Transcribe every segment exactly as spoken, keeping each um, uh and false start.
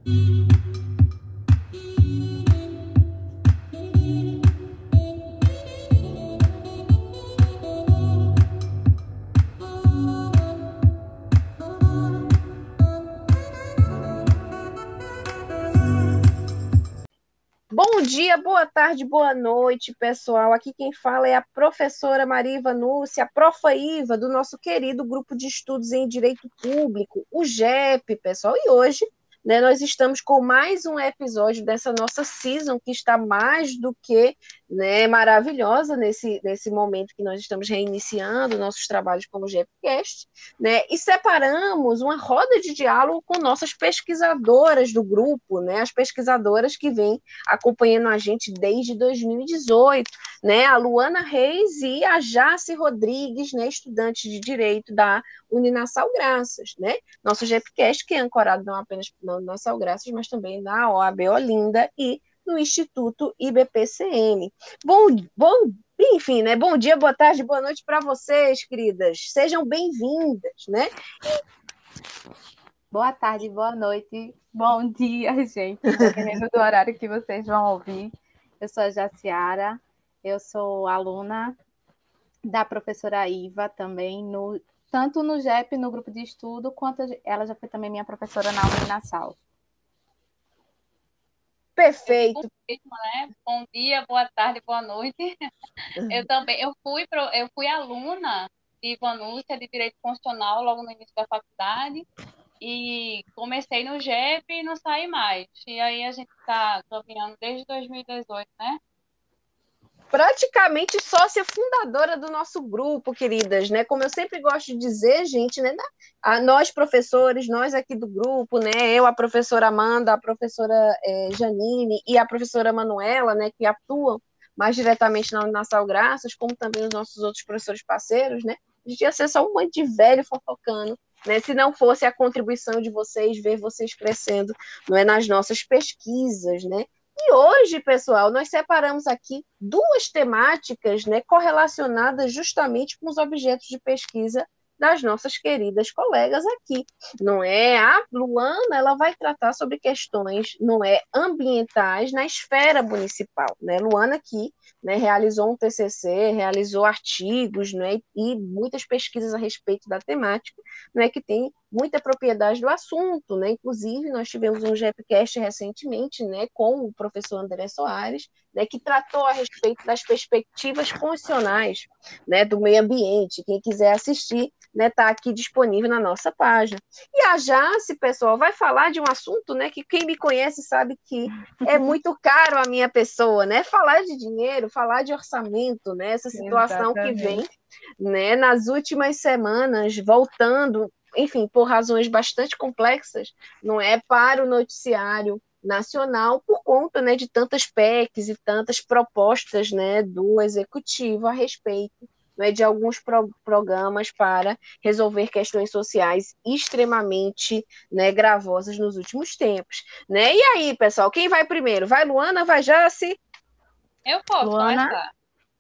Bom dia, boa tarde, boa noite, pessoal. Aqui quem fala é a professora Maria Iva Núcia, a profa Iva, do nosso querido grupo de estudos em Direito Público, o G E P, pessoal. E hoje, né, nós estamos com mais um episódio dessa nossa season, que está mais do que, né, maravilhosa nesse, nesse momento que nós estamos reiniciando nossos trabalhos como GEPcast, né, e separamos uma roda de diálogo com nossas pesquisadoras do grupo, né, as pesquisadoras que vêm acompanhando a gente desde dois mil e dezoito, né? A Luana Reis e a Jace Rodrigues, né? Estudantes de Direito da Uninassal Graças, né? Nosso GEPcast, que é ancorado não apenas na Uninassal Graças, mas também na O A B Olinda e no Instituto I B P C M. Bom, bom, enfim, né? Bom dia, boa tarde, boa noite para vocês, queridas. Sejam bem-vindas, né? Boa tarde, boa noite, bom dia, gente, dependendo do horário que vocês vão ouvir. Eu sou a Jaciara, eu sou aluna da professora Iva também, no, tanto no G E P, no grupo de estudo, quanto ela já foi também minha professora na Uninassal. Perfeito. Né? Bom dia, boa tarde, boa noite. Eu também, eu fui, pro, eu fui aluna de Iva Núcia de Direito Constitucional logo no início da faculdade. E comecei no G E P e não saí mais. E aí a gente está caminhando desde dois mil e dezoito, né? Praticamente sócia fundadora do nosso grupo, queridas, né? Como eu sempre gosto de dizer, gente, né? A nós professores, nós aqui do grupo, né? Eu, a professora Amanda, a professora é, Janine e a professora Manuela, né? Que atuam mais diretamente na Uninassal Graças, como também os nossos outros professores parceiros, né? A gente ia ser só um monte de velho fofocando, né? Se não fosse a contribuição de vocês, ver vocês crescendo, não é, nas nossas pesquisas, né? E hoje, pessoal, nós separamos aqui duas temáticas, né, correlacionadas justamente com os objetos de pesquisa das nossas queridas colegas aqui, não é? A Luana, ela vai tratar sobre questões, não é, ambientais na esfera municipal, né? Luana aqui, né, realizou um T C C, realizou artigos, né, e muitas pesquisas a respeito da temática, né, que tem muita propriedade do assunto, né? Inclusive, nós tivemos um GEPcast recentemente, né, com o professor André Soares, né, que tratou a respeito das perspectivas funcionais, né, do meio ambiente. Quem quiser assistir, né, está aqui disponível na nossa página. E a Jace, pessoal, vai falar de um assunto, né, que quem me conhece sabe que é muito caro a minha pessoa, né? Falar de dinheiro, falar de orçamento, né? Essa situação Exatamente. Que vem, né, nas últimas semanas, voltando, enfim, por razões bastante complexas, não é, para o noticiário nacional, por conta, né, de tantas P E Cs e tantas propostas, né, do executivo a respeito, né, de alguns pro programas para resolver questões sociais extremamente, né, gravosas nos últimos tempos, né? E aí, pessoal, quem vai primeiro? Vai Luana, vai Jace? Eu posso Luana. começar.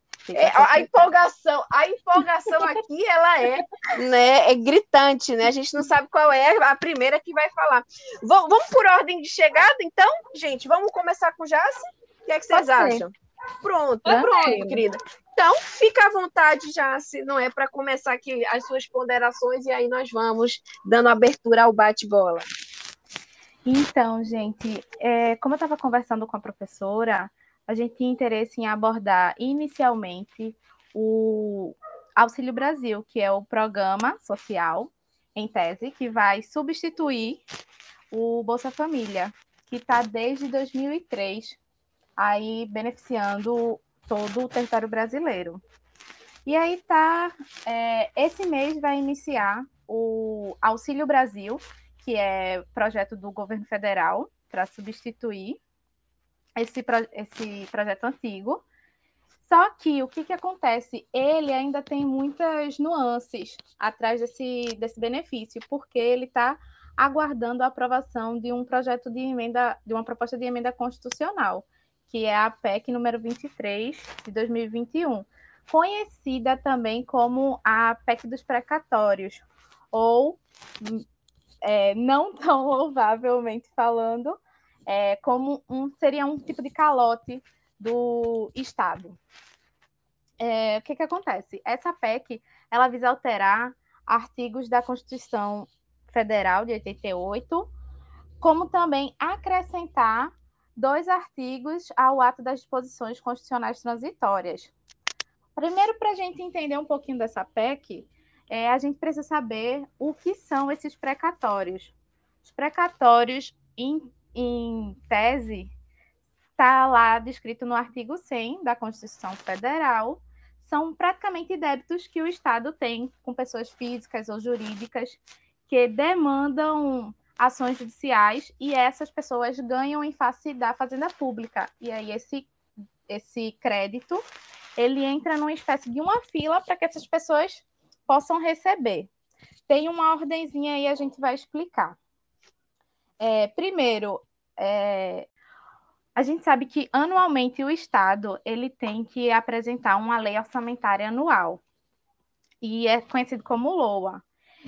É, a empolgação, a empolgação aqui, ela é, né, é gritante, né? A gente não sabe qual é a primeira que vai falar. V vamos por ordem de chegada, então, gente? Vamos começar com Jace? O que é que vocês acham? Pronto, Pode pronto, ser. Querida. Então, fica à vontade, Jace, não é, para começar aqui as suas ponderações e aí nós vamos dando abertura ao bate-bola. Então, gente, é, como eu estava conversando com a professora, a gente tinha interesse em abordar inicialmente o Auxílio Brasil, que é o programa social, em tese, que vai substituir o Bolsa Família, que está desde dois mil e três, aí beneficiando todo o território brasileiro. E aí tá, é, esse mês vai iniciar o Auxílio Brasil, que é projeto do governo federal para substituir Esse, pro, esse projeto antigo. Só que o que, que acontece? Ele ainda tem muitas nuances atrás desse, desse benefício, porque ele está aguardando a aprovação de um projeto de emenda, de uma proposta de emenda constitucional, que é a P E C número vinte e três de dois mil e vinte e um, conhecida também como a P E C dos precatórios, ou é, não tão louvavelmente falando, é, como um, seria um tipo de calote do Estado. É, o que, que acontece? Essa P E C ela visa alterar artigos da Constituição Federal de oitenta e oito, como também acrescentar dois artigos ao ato das disposições constitucionais transitórias. Primeiro, para a gente entender um pouquinho dessa P E C, é, a gente precisa saber o que são esses precatórios. Os precatórios, em, em tese, está lá descrito no artigo cem da Constituição Federal, são praticamente débitos que o Estado tem com pessoas físicas ou jurídicas que demandam ações judiciais e essas pessoas ganham em face da fazenda pública. E aí esse, esse crédito, ele entra numa espécie de uma fila para que essas pessoas possam receber. Tem uma ordenzinha aí, a gente vai explicar. É, primeiro, é, a gente sabe que anualmente o Estado ele tem que apresentar uma lei orçamentária anual, e é conhecido como LOA.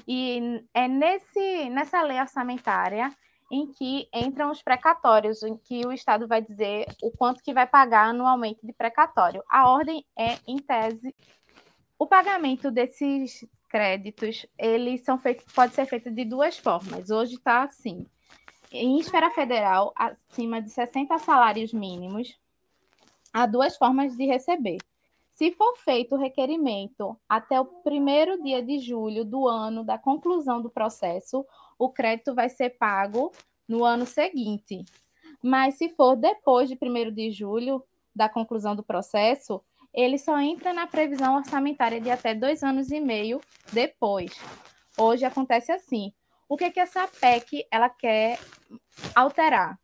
E é nesse, nessa lei orçamentária em que entram os precatórios, em que o Estado vai dizer o quanto que vai pagar anualmente de precatório. A ordem é, em tese, o pagamento desses créditos, eles são feitos, pode ser feito de duas formas. Hoje está assim. Em esfera federal, acima de sessenta salários mínimos, há duas formas de receber. Se for feito o requerimento até o primeiro dia de julho do ano da conclusão do processo, o crédito vai ser pago no ano seguinte. Mas se for depois de primeiro de julho da conclusão do processo, ele só entra na previsão orçamentária de até dois anos e meio depois. Hoje acontece assim. O que, que essa P E C ela quer alterar?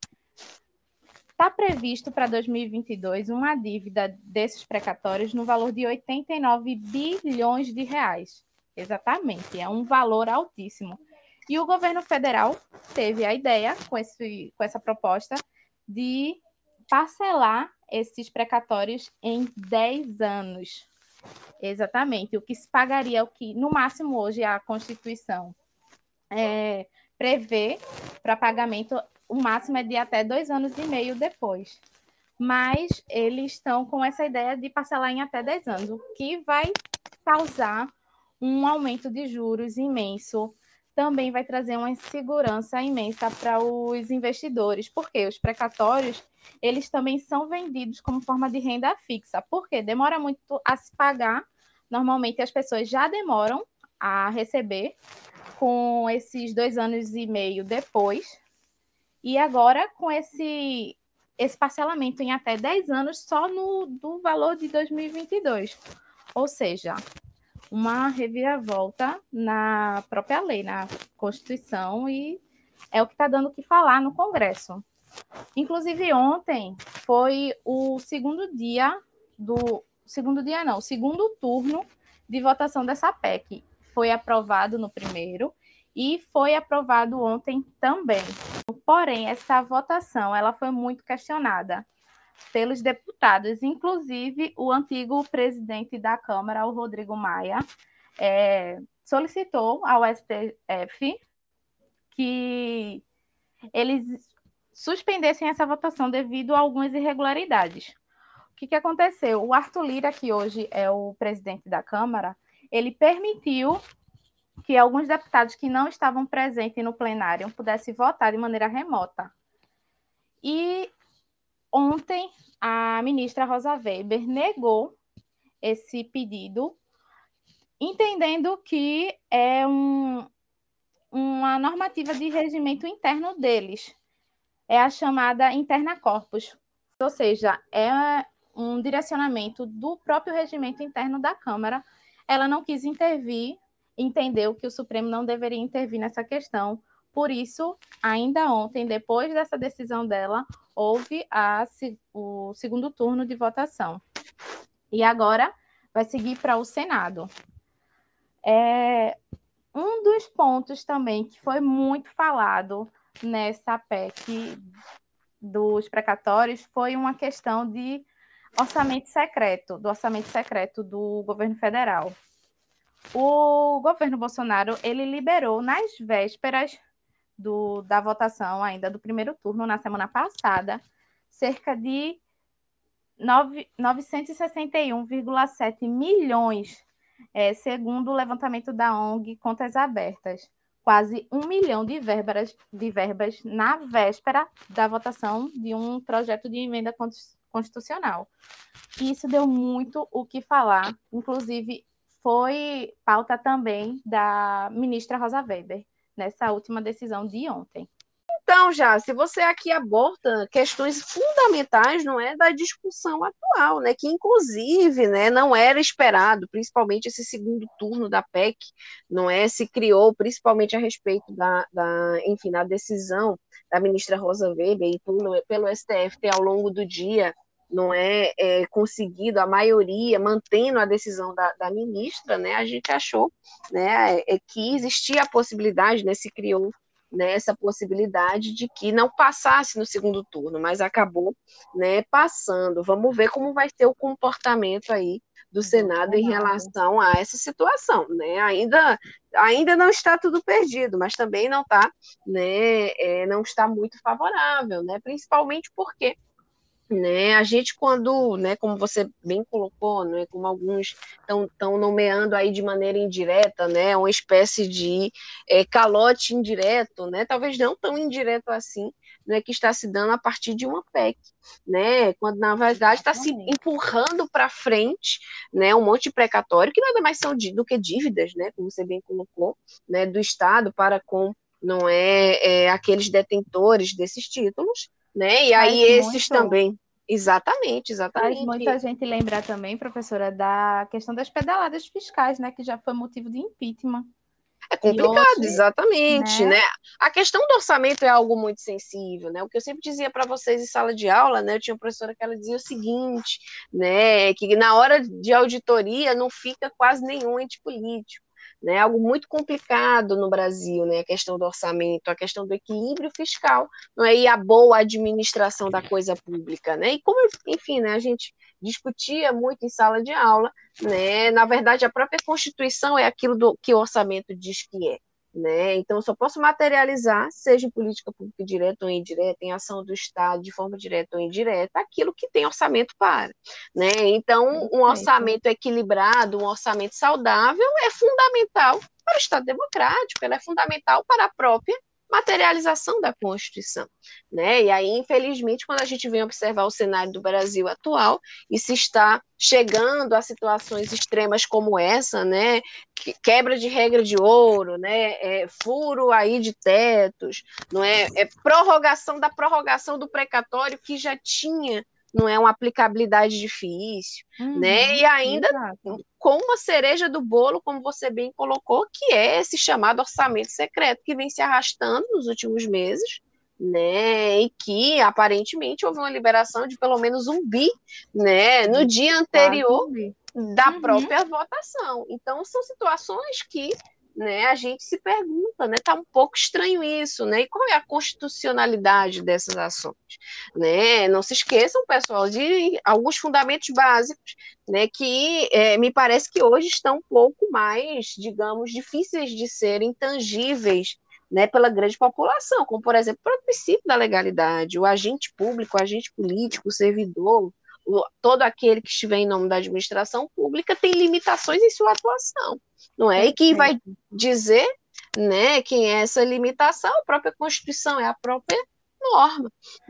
Está previsto para dois mil e vinte e dois uma dívida desses precatórios no valor de oitenta e nove bilhões de reais. Exatamente, é um valor altíssimo. E o governo federal teve a ideia, com, esse, com essa proposta, de parcelar esses precatórios em dez anos. Exatamente, o que se pagaria, o que no máximo hoje a Constituição é, prevê para pagamento, o máximo é de até dois anos e meio depois. Mas eles estão com essa ideia de parcelar em até dez anos, o que vai causar um aumento de juros imenso, também vai trazer uma insegurança imensa para os investidores, porque os precatórios, eles também são vendidos como forma de renda fixa, porque demora muito a se pagar, normalmente as pessoas já demoram a receber com esses dois anos e meio depois, e agora com esse, esse parcelamento em até dez anos só no do valor de dois mil e vinte e dois, ou seja, uma reviravolta na própria lei, na Constituição, e é o que está dando o que falar no Congresso. Inclusive, ontem foi o segundo dia do... Segundo dia, não, o segundo turno de votação dessa P E C. Foi aprovado no primeiro e foi aprovado ontem também. Porém, essa votação ela foi muito questionada pelos deputados, inclusive o antigo presidente da Câmara, o Rodrigo Maia, é, solicitou ao S T F que eles suspendessem essa votação devido a algumas irregularidades. O que, que aconteceu? O Arthur Lira, que hoje é o presidente da Câmara, ele permitiu que alguns deputados que não estavam presentes no plenário pudessem votar de maneira remota. E ontem, a ministra Rosa Weber negou esse pedido, entendendo que é um, uma normativa de regimento interno deles. É a chamada interna corpus, ou seja, é um direcionamento do próprio regimento interno da Câmara. Ela não quis intervir, entendeu que o Supremo não deveria intervir nessa questão. Por isso, ainda ontem, depois dessa decisão dela, houve a, o segundo turno de votação. E agora vai seguir para o Senado. É, um dos pontos também que foi muito falado nessa P E C dos precatórios foi uma questão de orçamento secreto, do orçamento secreto do governo federal. O governo Bolsonaro, ele liberou nas vésperas do, da votação ainda do primeiro turno, na semana passada, cerca de novecentos e sessenta e um vírgula sete milhões, é, segundo o levantamento da O N G Contas Abertas. Quase um milhão de verbas, de verbas na véspera da votação de um projeto de emenda constitucional. E isso deu muito o que falar, inclusive foi pauta também da ministra Rosa Weber, nessa última decisão de ontem. Então, já, se você aqui aborda questões fundamentais, não é, da discussão atual, né, que inclusive, né, não era esperado, principalmente esse segundo turno da P E C, não é, se criou principalmente a respeito da, da enfim, da decisão da ministra Rosa Weber e pelo, pelo S T F ter ao longo do dia, não é, é conseguido a maioria, mantendo a decisão da, da ministra, né, a gente achou, né, é, que existia a possibilidade, né, se criou nessa possibilidade de que não passasse no segundo turno, mas acabou, né, passando. Vamos ver como vai ser o comportamento aí do Senado em relação a essa situação, né? Ainda, ainda não está tudo perdido, mas também não está, né, é, não está muito favorável, né? Principalmente porque, né, a gente quando, né, como você bem colocou, né, como alguns estão nomeando aí de maneira indireta, né, uma espécie de é, calote indireto, né, talvez não tão indireto assim, né, que está se dando a partir de uma P E C, né, quando na verdade está se empurrando para frente, né, um monte de precatório que nada mais são do que dívidas, né, como você bem colocou, né, do Estado para com, não é, é aqueles detentores desses títulos, né? E aí Faz esses muito, também, exatamente, exatamente. Faz muita gente lembrar também, professora, da questão das pedaladas fiscais, né? Que já foi motivo de impeachment. É complicado, hoje, exatamente, né? né? A questão do orçamento é algo muito sensível, né? O que eu sempre dizia para vocês em sala de aula, né? Eu tinha uma professora que ela dizia o seguinte, né? Que na hora de auditoria não fica quase nenhum ente político. Né, algo muito complicado no Brasil, né, a questão do orçamento, a questão do equilíbrio fiscal, não é, e a boa administração da coisa pública, né, e como, enfim, né, a gente discutia muito em sala de aula, né, na verdade a própria Constituição é aquilo do, que o orçamento diz que é, né, então eu só posso materializar, seja em política pública direta ou indireta, em ação do Estado de forma direta ou indireta, aquilo que tem orçamento para, né, então um orçamento equilibrado, um orçamento saudável é fundamental para o Estado democrático, ela é fundamental para a própria materialização da Constituição, né? E aí, infelizmente, quando a gente vem observar o cenário do Brasil atual e se está chegando a situações extremas como essa, né? Quebra de regra de ouro, né? É, furo aí de tetos, não é? É prorrogação da prorrogação do precatório que já tinha, não é, uma aplicabilidade difícil, uhum, né? E ainda exato, com uma cereja do bolo, como você bem colocou, que é esse chamado orçamento secreto que vem se arrastando nos últimos meses, né? E que aparentemente houve uma liberação de pelo menos um bi, né? No dia anterior da uhum, própria votação. Então são situações que, né, a gente se pergunta, né, tá um pouco estranho isso, né, e qual é a constitucionalidade dessas ações, né, não se esqueçam, pessoal, de alguns fundamentos básicos, né, que é, me parece que hoje estão um pouco mais, digamos, difíceis de serem tangíveis, né, pela grande população, como, por exemplo, o princípio da legalidade, o agente público, o agente político, o servidor, todo aquele que estiver em nome da administração pública tem limitações em sua atuação, não é? E quem vai dizer, né, quem é essa limitação? A própria Constituição, é a própria norma,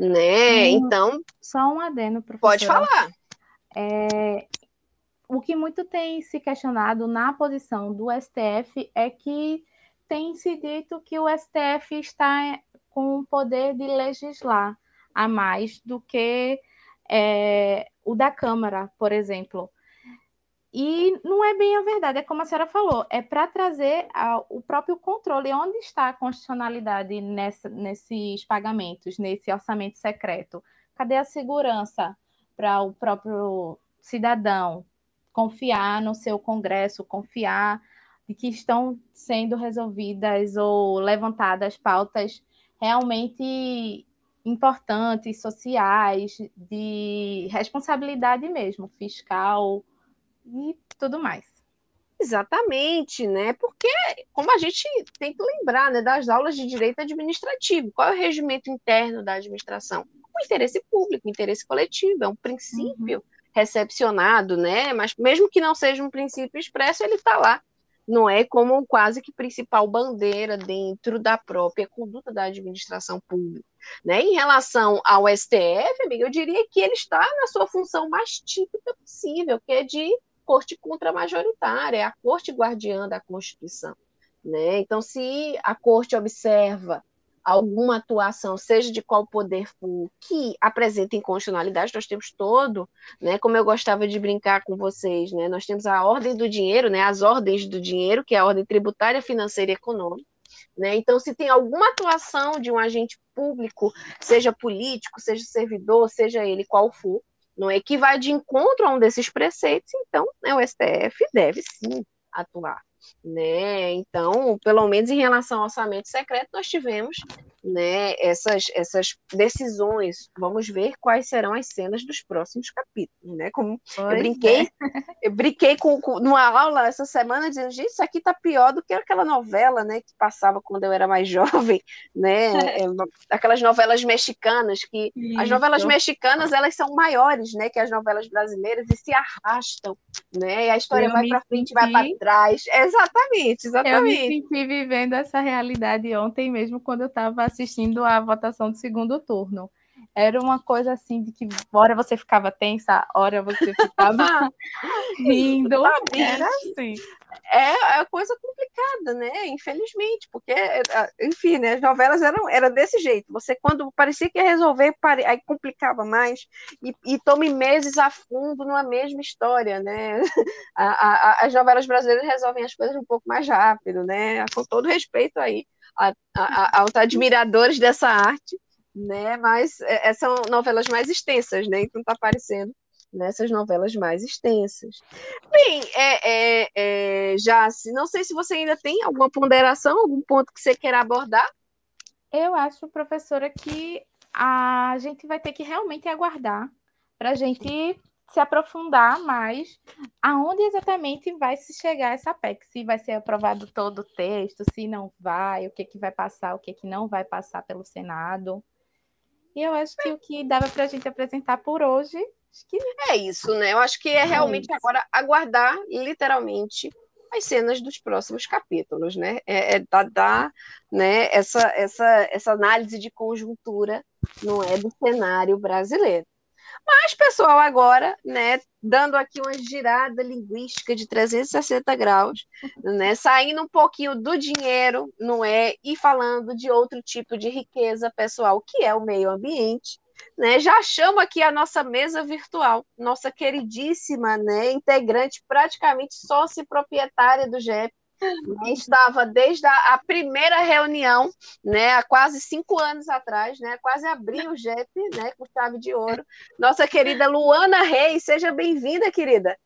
né? Hum, então... Só um adendo, professora. Pode falar. É, o que muito tem se questionado na posição do S T F é que tem se dito que o S T F está com o poder de legislar a mais do que é, o da Câmara, por exemplo. E não é bem a verdade, é como a senhora falou, é para trazer a, o próprio controle. Onde está a constitucionalidade nessa, nesses pagamentos, nesse orçamento secreto? Cadê a segurança para o próprio cidadão confiar no seu Congresso, confiar de que estão sendo resolvidas ou levantadas pautas realmente importantes, sociais, de responsabilidade mesmo, fiscal e tudo mais. Exatamente, né? Porque, como a gente tem que lembrar, né, das aulas de direito administrativo, qual é o regimento interno da administração? O interesse público, o interesse coletivo, é um Uhum. princípio recepcionado, né? Mas mesmo que não seja um princípio expresso, ele está lá. Não é como quase que principal bandeira dentro da própria conduta da administração pública. Né? Em relação ao S T F, amiga, eu diria que ele está na sua função mais típica possível, que é de corte contramajoritária, é a corte guardiã da Constituição. Né? Então, se a corte observa alguma atuação, seja de qual poder for, que apresenta inconstitucionalidade, nós temos todo, né, como eu gostava de brincar com vocês, né, nós temos a ordem do dinheiro, né, as ordens do dinheiro, que é a ordem tributária, financeira e econômica. Né? Então, se tem alguma atuação de um agente público, seja político, seja servidor, seja ele qual for, não é que vai de encontro a um desses preceitos, então né, o S T F deve sim atuar. Né? Então, pelo menos em relação ao orçamento secreto, nós tivemos né, essas, essas decisões. Vamos ver quais serão as cenas dos próximos capítulos. Né? Como eu Pois brinquei, é. eu brinquei com, com, numa aula essa semana dizendo, gente, isso aqui tá pior do que aquela novela, né, que passava quando eu era mais jovem, né, é, aquelas novelas mexicanas, que as novelas Isso. mexicanas, elas são maiores, né, que as novelas brasileiras e se arrastam, né, e a história Eu vai me para frente, vai para senti, trás, exatamente, eu me exatamente. senti vivendo essa realidade ontem mesmo, quando eu estava assistindo a votação do segundo turno. Era uma coisa assim de que hora você ficava tensa, hora você ficava rindo. Era Exatamente. assim. É, é coisa complicada, né? Infelizmente, porque, enfim, né? As novelas eram era desse jeito. Você, quando parecia que ia resolver, pare... aí complicava mais e, e tome meses a fundo numa mesma história, né? A, a, as novelas brasileiras resolvem as coisas um pouco mais rápido, né? Com todo respeito aí a, a, aos admiradores dessa arte, né? Mas é, são novelas mais extensas, né? Então tá aparecendo nessas novelas mais extensas. Bem, é, é, é, Jace, não sei se você ainda tem alguma ponderação, algum ponto que você queira abordar. Eu acho, professora, que a gente vai ter que realmente aguardar para a gente se aprofundar mais aonde exatamente vai se chegar essa P E C, se vai ser aprovado todo o texto, se não vai, o que, que vai passar, o que, que não vai passar pelo Senado. E eu acho que o que dava para a gente apresentar por hoje, acho que É isso, né? Eu acho que é é realmente isso. agora aguardar, literalmente, as cenas dos próximos capítulos, né? É, é dar, dar né, essa, essa, essa análise de conjuntura, não é, do cenário brasileiro. Mas, pessoal, agora, né, dando aqui uma girada linguística de trezentos e sessenta graus, né, saindo um pouquinho do dinheiro, não é, e falando de outro tipo de riqueza pessoal, que é o meio ambiente, né, já chamo aqui a nossa mesa virtual, nossa queridíssima, né, integrante, praticamente sócia proprietária do G E P, né, estava desde a, a primeira reunião, né, há quase cinco anos atrás, né, quase abriu o G E P, né, com chave de ouro. Nossa querida Luana Reis, seja bem-vinda, querida.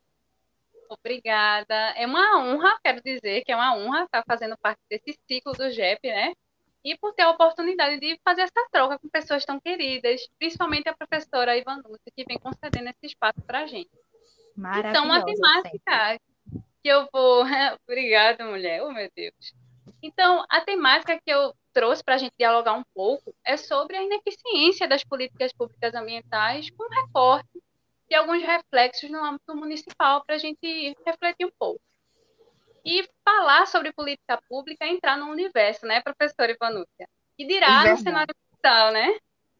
Obrigada. É uma honra, quero dizer que é uma honra estar fazendo parte desse ciclo do G E P, né? E por ter a oportunidade de fazer essa troca com pessoas tão queridas, principalmente a professora Ivanúcia, que vem concedendo esse espaço para a gente. Então, a Maravilhosa sempre. temática que eu vou... Obrigada, mulher. Oh, meu Deus. Então, a temática que eu trouxe para a gente dialogar um pouco é sobre a ineficiência das políticas públicas ambientais, com recorte de alguns reflexos no âmbito municipal, para a gente refletir um pouco. E falar sobre política pública é entrar no universo, né, professora Ivanúcia? E dirá no Verdade. cenário digital, né?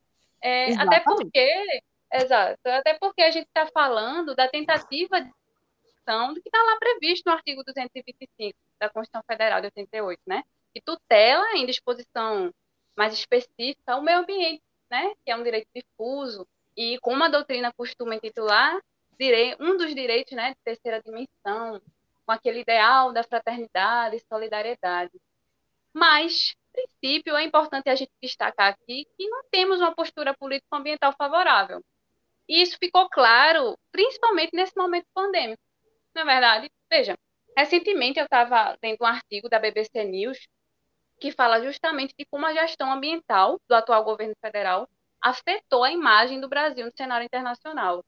É, até Exatamente. porque, exato, até porque a gente está falando da tentativa de ação do que está lá previsto no artigo duzentos e vinte e cinco da Constituição Federal de oitenta e oito, né? Que tutela, em disposição mais específica, o meio ambiente, né? Que é um direito difuso e, como a doutrina costuma intitular, um dos direitos, né, de terceira dimensão, com aquele ideal da fraternidade e solidariedade. Mas, a princípio, é importante a gente destacar aqui que não temos uma postura político-ambiental favorável. E isso ficou claro, principalmente nesse momento pandêmico. Na verdade, veja, recentemente eu estava lendo um artigo da B B C News que fala justamente de como a gestão ambiental do atual governo federal afetou a imagem do Brasil no cenário internacional.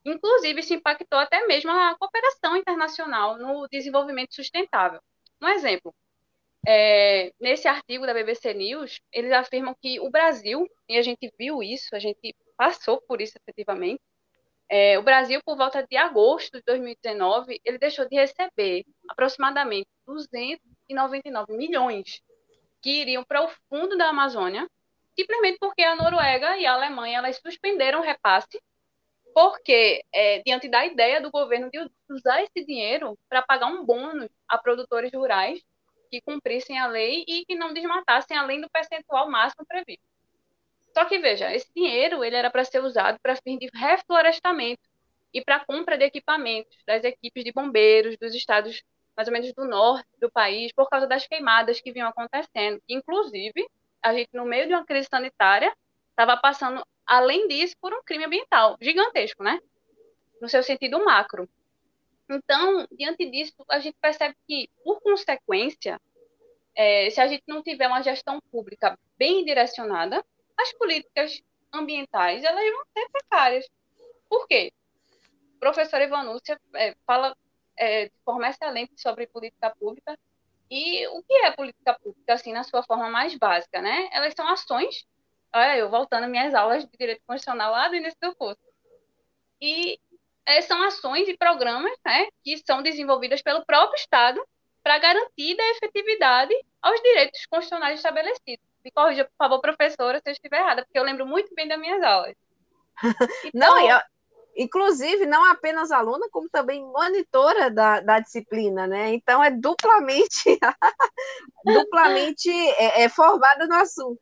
Inclusive, isso impactou até mesmo a cooperação internacional no desenvolvimento sustentável. Um exemplo, é, nesse artigo da B B C News, eles afirmam que o Brasil, e a gente viu isso, a gente passou por isso efetivamente, é, o Brasil, por volta de agosto de dois mil e dezenove, ele deixou de receber aproximadamente duzentos e noventa e nove milhões que iriam para o fundo da Amazônia, simplesmente porque a Noruega e a Alemanha elas suspenderam o repasse, porque, é, diante da ideia do governo de usar esse dinheiro para pagar um bônus a produtores rurais que cumprissem a lei e que não desmatassem além do percentual máximo previsto. Só que, veja, esse dinheiro ele era para ser usado para fins de reflorestamento e para compra de equipamentos das equipes de bombeiros dos estados mais ou menos do norte do país, por causa das queimadas que vinham acontecendo. Inclusive, a gente, no meio de uma crise sanitária, estava passando, além disso, por um crime ambiental gigantesco, né? No seu sentido macro. Então, diante disso, a gente percebe que, por consequência, é, se a gente não tiver uma gestão pública bem direcionada, as políticas ambientais elas vão ser precárias. Por quê? A professora Ivanúcia é, fala é, de forma excelente sobre política pública. E o que é política pública, assim, na sua forma mais básica, né? Elas são ações, olha, eu voltando às minhas aulas de direito constitucional lá do início do curso. E é, são ações e programas, né, que são desenvolvidas pelo próprio Estado para garantir a efetividade aos direitos constitucionais estabelecidos. Me corrija, por favor, professora, se eu estiver errada, porque eu lembro muito bem das minhas aulas. Então, não, eu, inclusive, não apenas aluna, como também monitora da, da disciplina, né? Então, é duplamente, duplamente é, é formada no assunto.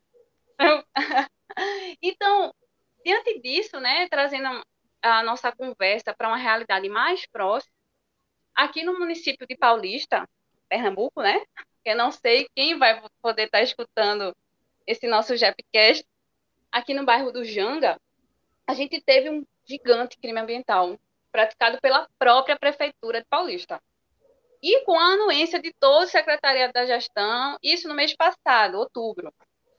Então, diante disso, né, trazendo a nossa conversa para uma realidade mais próxima, aqui no município de Paulista, Pernambuco, né? Eu não sei quem vai poder estar escutando esse nosso Japcast. Aqui no bairro do Janga, a gente teve um gigante crime ambiental praticado pela própria Prefeitura de Paulista. E com a anuência de todo o Secretariado da Gestão, isso no mês passado, outubro.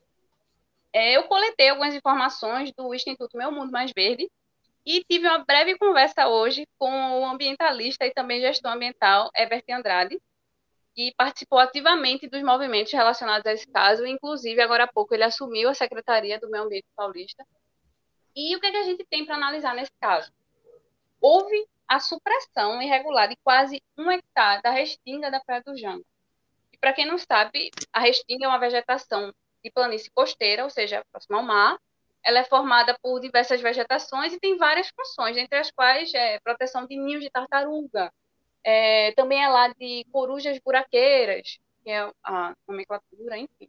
É, eu coletei algumas informações do Instituto Meu Mundo Mais Verde e tive uma breve conversa hoje com o ambientalista e também gestor ambiental, Herbert Andrade, que participou ativamente dos movimentos relacionados a esse caso, inclusive, agora há pouco, ele assumiu a Secretaria do Meio Ambiente Paulista. E o que, é que a gente tem para analisar nesse caso? Houve a supressão irregular de quase um hectare da restinga da Praia do Janga. E, para quem não sabe, a restinga é uma vegetação de planície costeira, ou seja, próxima ao mar. Ela é formada por diversas vegetações e tem várias funções, entre as quais é proteção de ninhos de tartaruga, é, também é lá de corujas buraqueiras, que é a nomenclatura, enfim.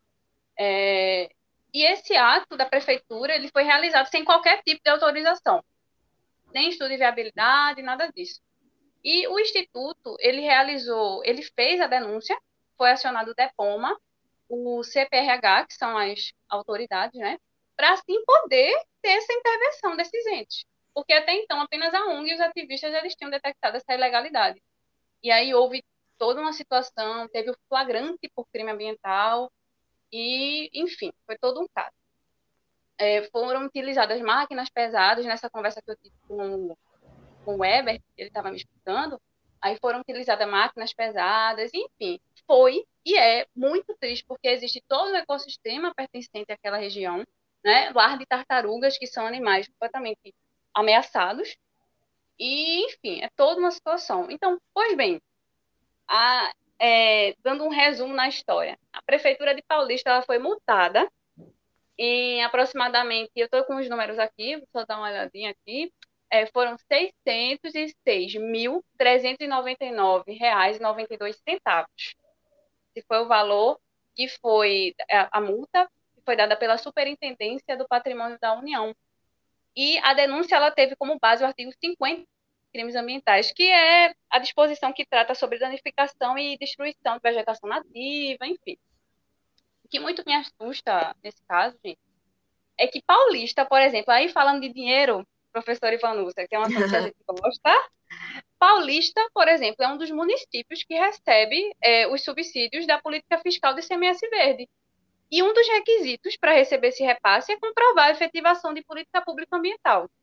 É, e esse ato da prefeitura ele foi realizado sem qualquer tipo de autorização, nem estudo de viabilidade, nada disso. E o Instituto, ele realizou, ele fez a denúncia, foi acionado o DEPOMA, o C P R H, que são as autoridades, né, para assim poder ter essa intervenção desses entes. Porque até então apenas a O N G e os ativistas eles tinham detectado essa ilegalidade. E aí houve toda uma situação, teve o flagrante por crime ambiental, e, enfim, foi todo um caso. É, foram utilizadas máquinas pesadas, nessa conversa que eu tive com, com o Weber, ele estava me explicando, aí foram utilizadas máquinas pesadas, enfim, foi e é muito triste, porque existe todo um ecossistema pertencente àquela região, né, lar de tartarugas, que são animais completamente ameaçados, e, enfim, é toda uma situação. Então, pois bem, a, é, dando um resumo na história, a Prefeitura de Paulista ela foi multada em aproximadamente, eu estou com os números aqui, vou só dar uma olhadinha aqui, é, foram seiscentos e seis mil, trezentos e noventa e nove reais e noventa e dois centavos. Esse foi o valor que foi a, a multa que foi dada pela Superintendência do Patrimônio da União. E a denúncia ela teve como base o artigo cinquenta crimes ambientais, que é a disposição que trata sobre danificação e destruição de vegetação nativa, enfim. O que muito me assusta nesse caso, gente, é que Paulista, por exemplo, aí falando de dinheiro, professor Ivanúcia, que é uma assunto que a gente gosta, Paulista, por exemplo, é um dos municípios que recebe é, os subsídios da política fiscal do I C M S verde. E um dos requisitos para receber esse repasse é comprovar a efetivação de política pública ambiental.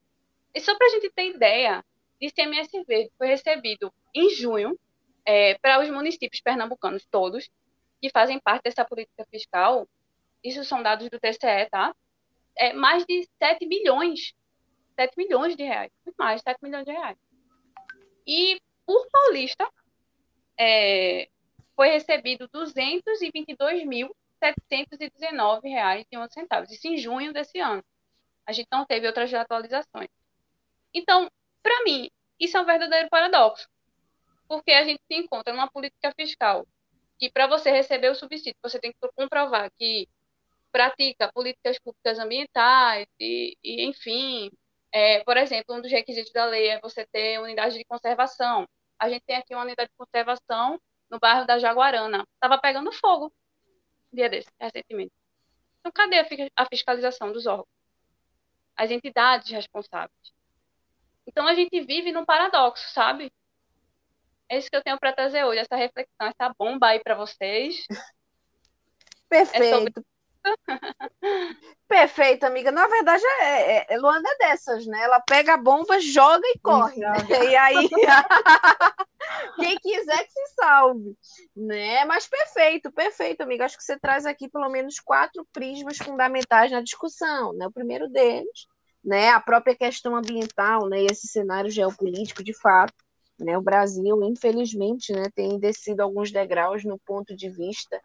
E só para a gente ter ideia, de I C M S verde foi recebido em junho, é, para os municípios pernambucanos todos, que fazem parte dessa política fiscal, isso são dados do T C E, tá? É mais de sete milhões, sete milhões de reais, muito mais, sete milhões de reais. E por paulista, é, foi recebido duzentos e vinte e dois mil, setecentos e dezenove reais e onze centavos. Isso em junho desse ano. A gente não teve outras atualizações. Então, para mim, isso é um verdadeiro paradoxo, porque a gente se encontra numa política fiscal que, para você receber o subsídio, você tem que comprovar que pratica políticas públicas ambientais e, e enfim, é, por exemplo, um dos requisitos da lei é você ter unidade de conservação. A gente tem aqui uma unidade de conservação no bairro da Jaguarana. Estava pegando fogo um dia desse, recentemente. Então, cadê a fiscalização dos órgãos? As entidades responsáveis. Então, a gente vive num paradoxo, sabe? É isso que eu tenho para trazer hoje, essa reflexão, essa bomba aí para vocês. Perfeito. É sobre... Perfeito, amiga. Na verdade, é, é, Luanda é dessas, né? Ela pega a bomba, joga e corre. Né? E aí, quem quiser que se salve. Né? Mas perfeito, perfeito, amiga. Acho que você traz aqui pelo menos quatro prismas fundamentais na discussão. Né? O primeiro deles, né, a própria questão ambiental, né, e esse cenário geopolítico, de fato. Né? O Brasil, infelizmente, né, tem descido alguns degraus no ponto de vista,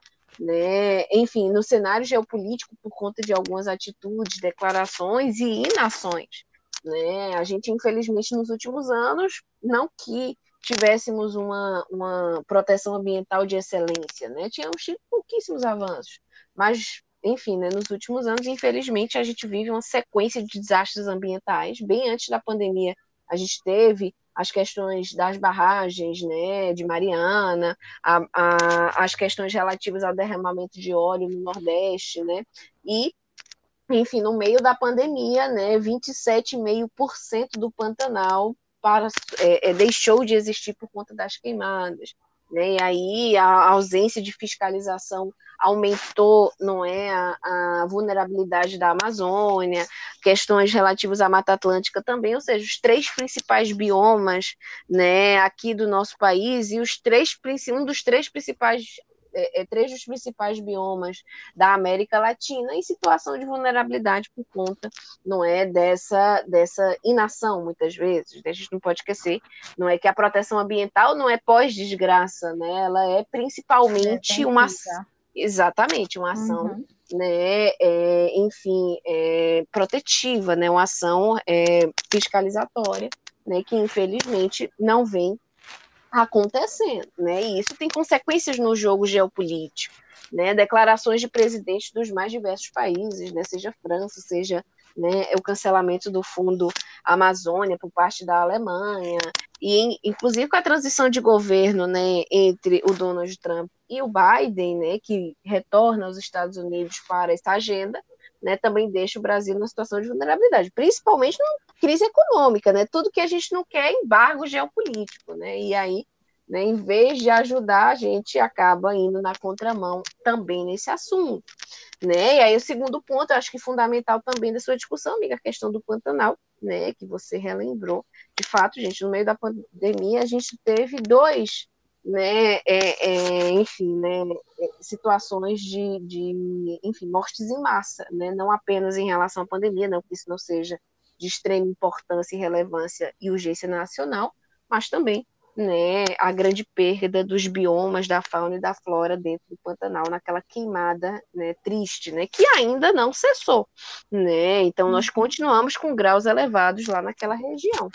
né, enfim, no cenário geopolítico por conta de algumas atitudes, declarações e inações. Né? A gente, infelizmente, nos últimos anos, não que tivéssemos uma, uma proteção ambiental de excelência, né? Tínhamos tido pouquíssimos avanços, mas, enfim, né, nos últimos anos, infelizmente, a gente vive uma sequência de desastres ambientais. Bem antes da pandemia, a gente teve as questões das barragens, né, de Mariana, a, a, as questões relativas ao derramamento de óleo no Nordeste, né, e, enfim, no meio da pandemia, né, vinte e sete vírgula cinco por cento do Pantanal para, é, é, deixou de existir por conta das queimadas. Né, e aí a ausência de fiscalização aumentou, não é, a, a vulnerabilidade da Amazônia, questões relativas à Mata Atlântica também, ou seja, os três principais biomas, né, aqui do nosso país e os três, um dos três principais É, é, três dos principais biomas da América Latina em situação de vulnerabilidade por conta, não é, dessa, dessa inação, muitas vezes. A gente não pode esquecer, não é que a proteção ambiental não é pós-desgraça, né? Ela é principalmente é, uma exatamente uma ação, uhum, né, é, enfim, é, protetiva, né, uma ação é, fiscalizatória, né, que infelizmente não vem acontecendo, né? E isso tem consequências no jogo geopolítico, né? Declarações de presidentes dos mais diversos países, né? Seja França, seja, né, o cancelamento do Fundo Amazônia por parte da Alemanha, e inclusive com a transição de governo, né, entre o Donald Trump e o Biden, né, que retorna aos Estados Unidos para essa agenda, né, também deixa o Brasil numa situação de vulnerabilidade, principalmente na crise econômica, né, tudo que a gente não quer é embargo geopolítico, né, e aí, né, em vez de ajudar, a gente acaba indo na contramão também nesse assunto, né, e aí o segundo ponto, eu acho que fundamental também da sua discussão, amiga, a questão do Pantanal, né, que você relembrou, de fato, gente, no meio da pandemia, a gente teve dois, né, é, é, enfim, né, situações de, de, enfim, mortes em massa, né, não apenas em relação à pandemia, não que isso não seja de extrema importância e relevância e urgência nacional, mas também, né, a grande perda dos biomas da fauna e da flora dentro do Pantanal, naquela queimada, né, triste, né, que ainda não cessou, né, então nós continuamos com graus elevados lá naquela região,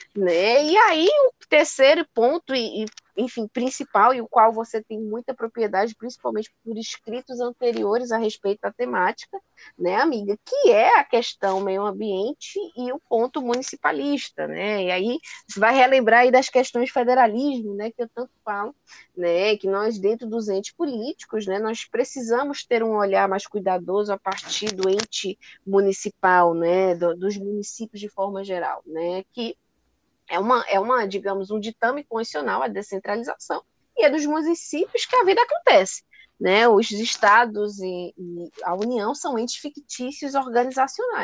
né, e aí o terceiro ponto, e, e enfim, principal, e o qual você tem muita propriedade, principalmente por escritos anteriores a respeito da temática, né, amiga, que é a questão meio ambiente e o ponto municipalista, né, e aí você vai relembrar aí das questões de federalismo, né, que eu tanto falo, né, que nós dentro dos entes políticos, né, nós precisamos ter um olhar mais cuidadoso a partir do ente municipal, né, do, dos municípios de forma geral, né, que É uma, é uma, digamos, um ditame constitucional, a descentralização, e é dos municípios que a vida acontece. Né? Os estados e, e a União são entes fictícios organizacionais.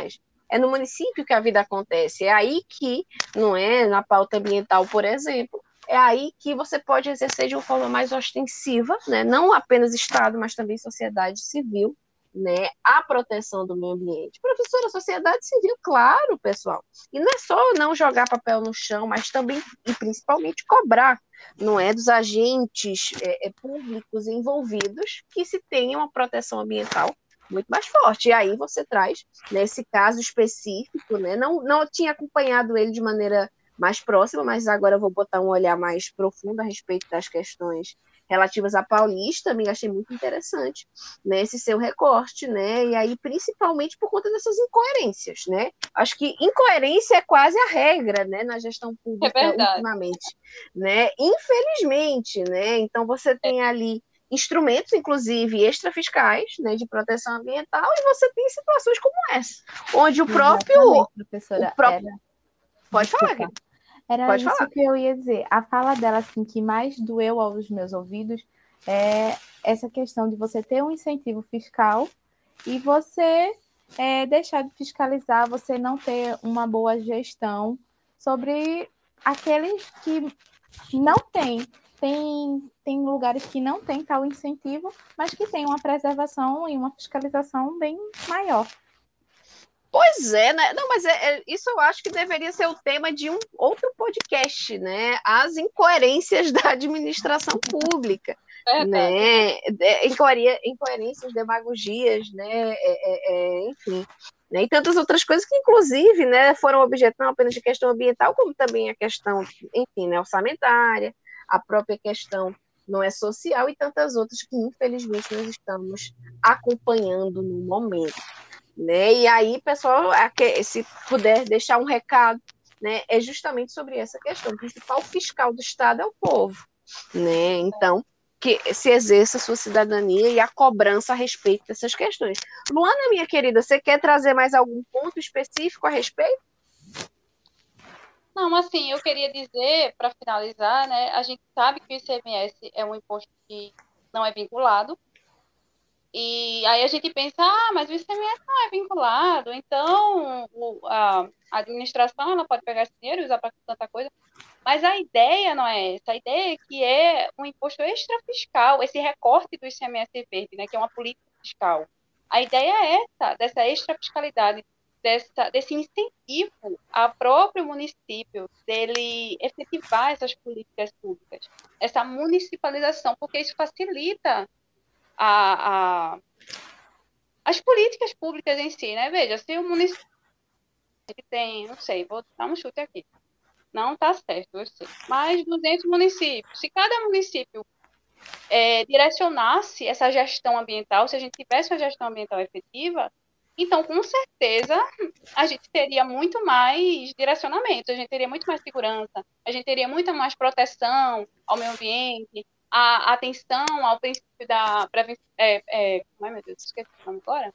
É no município que a vida acontece. É aí que, não é, na pauta ambiental, por exemplo, é aí que você pode exercer de uma forma mais ostensiva, né? Não apenas Estado, mas também sociedade civil, né? A proteção do meio ambiente. Professora, sociedade civil, claro, pessoal. E não é só não jogar papel no chão, mas também e principalmente cobrar, não é, dos agentes é, é, públicos envolvidos que se tenha uma proteção ambiental muito mais forte. E aí você traz, nesse caso específico, né? Não, não tinha acompanhado ele de maneira mais próxima, mas agora eu vou botar um olhar mais profundo a respeito das questões relativas à Paulista, me achei muito interessante, né, esse seu recorte, né, e aí principalmente por conta dessas incoerências, né, acho que incoerência é quase a regra, né, na gestão É pública verdade. ultimamente, né, infelizmente, né, então você tem ali instrumentos, inclusive extrafiscais, né, de proteção ambiental, e você tem situações como essa, onde o próprio... Exatamente, professora. O próprio... Era... Pode Desculpa. falar, Guilherme. Era Pode isso falar. que eu ia dizer. A fala dela, assim, que mais doeu aos meus ouvidos é essa questão de você ter um incentivo fiscal e você é, deixar de fiscalizar, você não ter uma boa gestão sobre aqueles que não têm. Tem, tem lugares que não tem tal incentivo, mas que tem uma preservação e uma fiscalização bem maior. Pois é, né? Não, mas é, é, isso eu acho que deveria ser o tema de um outro podcast, né? As incoerências da administração pública, Verdade. né? É, incoer- incoerências, demagogias, né? É, é, é, enfim, né? E tantas outras coisas que, inclusive, né, foram objeto não apenas de questão ambiental, como também a questão, enfim, né, orçamentária, a própria questão não é social e tantas outras que, infelizmente, nós estamos acompanhando no momento. Né? E aí, pessoal, se puder deixar um recado, né, é justamente sobre essa questão. O principal fiscal do Estado é o povo, né? Então, que se exerça a sua cidadania e a cobrança a respeito dessas questões. Luana, minha querida, você quer trazer mais algum ponto específico a respeito? Não, assim, eu queria dizer, para finalizar, né, a gente sabe que o I C M S é um imposto que não é vinculado, e aí a gente pensa, ah, mas o I C M S não é vinculado, então o, a, a administração ela pode pegar esse dinheiro e usar para tanta coisa, mas a ideia não é essa, a ideia é que é um imposto extrafiscal, esse recorte do I C M S verde, né, que é uma política fiscal. A ideia é essa, dessa extrafiscalidade, dessa, desse incentivo ao próprio município, dele efetivar essas políticas públicas, essa municipalização, porque isso facilita a, a, as políticas públicas em si, né? Veja, se o município tem, não sei, vou dar um chute aqui, não está certo, eu sei, mas duzentos municípios, se cada município é, direcionasse essa gestão ambiental, se a gente tivesse uma gestão ambiental efetiva, então, com certeza, a gente teria muito mais direcionamento, a gente teria muito mais segurança, a gente teria muito mais proteção ao meio ambiente, a atenção ao princípio da prevenção. É, é, ai, meu Deus, esqueci o nome agora.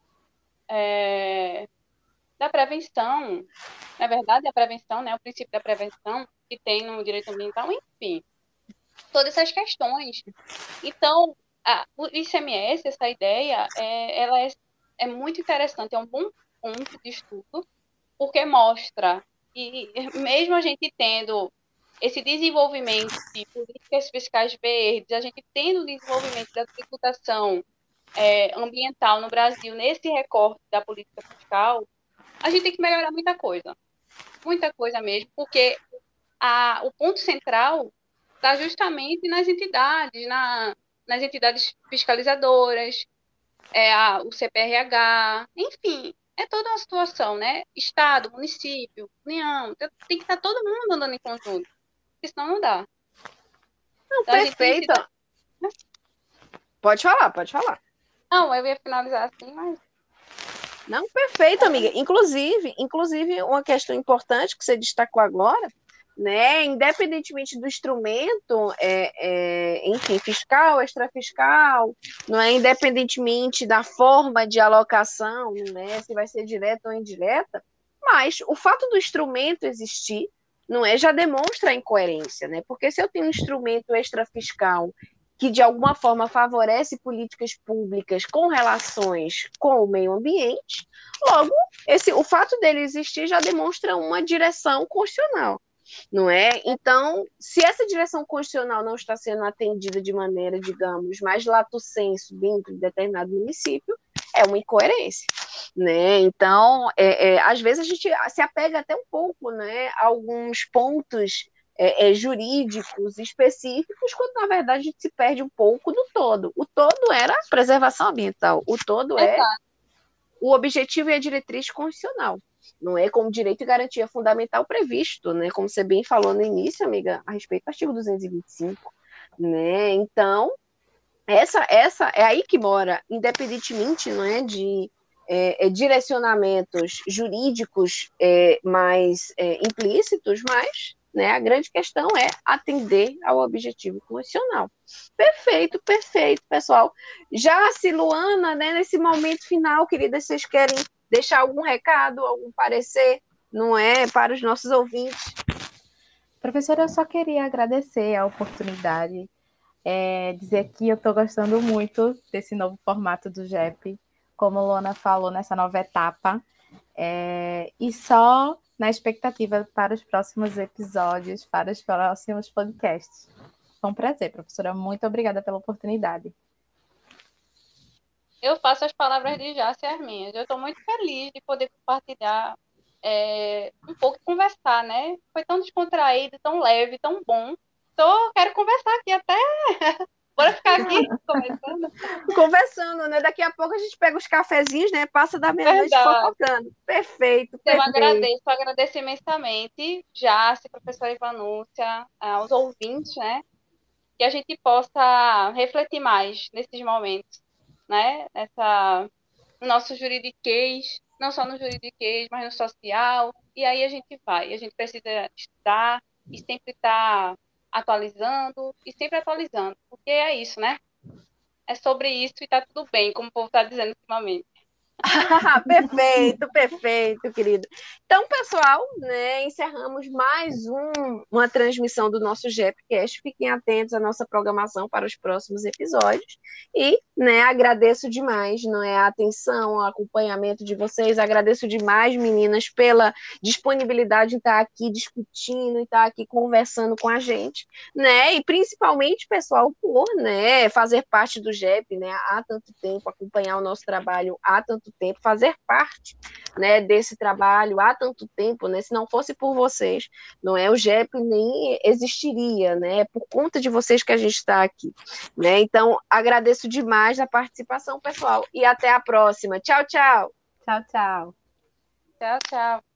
É, da prevenção, na verdade, a prevenção, né, o princípio da prevenção que tem no direito ambiental, enfim, todas essas questões. Então, a, o I C M S, essa ideia, é, ela é, é muito interessante, é um bom ponto de estudo, porque mostra que, mesmo a gente tendo esse desenvolvimento de políticas fiscais verdes, a gente tendo o desenvolvimento da tributação é, ambiental no Brasil, nesse recorte da política fiscal, a gente tem que melhorar muita coisa. Muita coisa mesmo, porque a, o ponto central está justamente nas entidades, na, nas entidades fiscalizadoras, é, a, o C P R H, enfim, é toda uma situação, né? Estado, município, União, tem que estar todo mundo andando em conjunto, porque senão não dá. Não, Então, perfeito. A gente tem que... Pode falar, pode falar. Não, eu ia finalizar assim, mas... Não, perfeito, amiga. Inclusive, inclusive, uma questão importante que você destacou agora, né? Independentemente do instrumento, é, é, enfim, fiscal, extrafiscal, não é? Independentemente da forma de alocação, né? Se vai ser direta ou indireta, mas o fato do instrumento existir, não é? Já demonstra a incoerência, né? Porque se eu tenho um instrumento extrafiscal que de alguma forma favorece políticas públicas com relações com o meio ambiente, logo, esse, o fato dele existir já demonstra uma direção constitucional, não é? Então, se essa direção constitucional não está sendo atendida de maneira, digamos, mais lato sensu dentro de determinado município, é uma incoerência, né? Então, é, é, às vezes a gente se apega até um pouco, né, a alguns pontos é, é, jurídicos específicos, quando na verdade a gente se perde um pouco do todo. O todo era a preservação ambiental, o todo é Exato. o objetivo e a diretriz constitucional, não é como direito e garantia fundamental previsto, né? Como você bem falou no início, amiga, a respeito do artigo duzentos e vinte e cinco, né? Então, essa, essa é aí que mora, independentemente, não é, de é, é, direcionamentos jurídicos é, mais é, implícitos, mas, né, a grande questão é atender ao objetivo constitucional. Perfeito, perfeito, pessoal. Já se Luana, né, nesse momento final, querida, vocês querem deixar algum recado, algum parecer, não é, para os nossos ouvintes? Professora, eu só queria agradecer a oportunidade, é, dizer que eu estou gostando muito desse novo formato do G E P, como a Luana falou, nessa nova etapa, é, e só na expectativa para os próximos episódios, para os próximos podcasts. Foi um prazer, professora. Muito obrigada pela oportunidade. Eu faço as palavras de Jássica as minhas. Eu estou muito feliz de poder compartilhar é, um pouco, conversar, né? Foi tão descontraído, tão leve, tão bom. Tô, quero conversar aqui até... Bora ficar aqui conversando? Conversando, né? Daqui a pouco a gente pega os cafezinhos, né? Passa da meia-noite fofocando. Perfeito, Então, eu perfeito. agradeço, agradeço imensamente, Jássica, professora Ivanúcia, aos ouvintes, né? Que a gente possa refletir mais nesses momentos, né? Nessa, no nosso juridiquês, não só no juridiquês, mas no social. E aí a gente vai. A gente precisa estudar e sempre estar atualizando e sempre atualizando, porque é isso, né? É sobre isso e tá tudo bem, como o povo está dizendo ultimamente. Perfeito, perfeito, querido. Então, pessoal, né, encerramos mais um, uma transmissão do nosso GEPcast. Fiquem atentos à nossa programação para os próximos episódios. E, né, agradeço demais, não é, a atenção, o acompanhamento de vocês. Agradeço demais, meninas, pela disponibilidade em estar aqui discutindo, em estar aqui conversando com a gente, né? E principalmente, pessoal, por, né, fazer parte do G E P, né, há tanto tempo, acompanhar o nosso trabalho há tanto tempo, fazer parte, né, desse trabalho há tanto tempo, né, se não fosse por vocês, não é, o G E P nem existiria, né, é por conta de vocês que a gente está aqui, né, então agradeço demais a participação, pessoal, e até a próxima, tchau, tchau! Tchau, tchau! Tchau, tchau!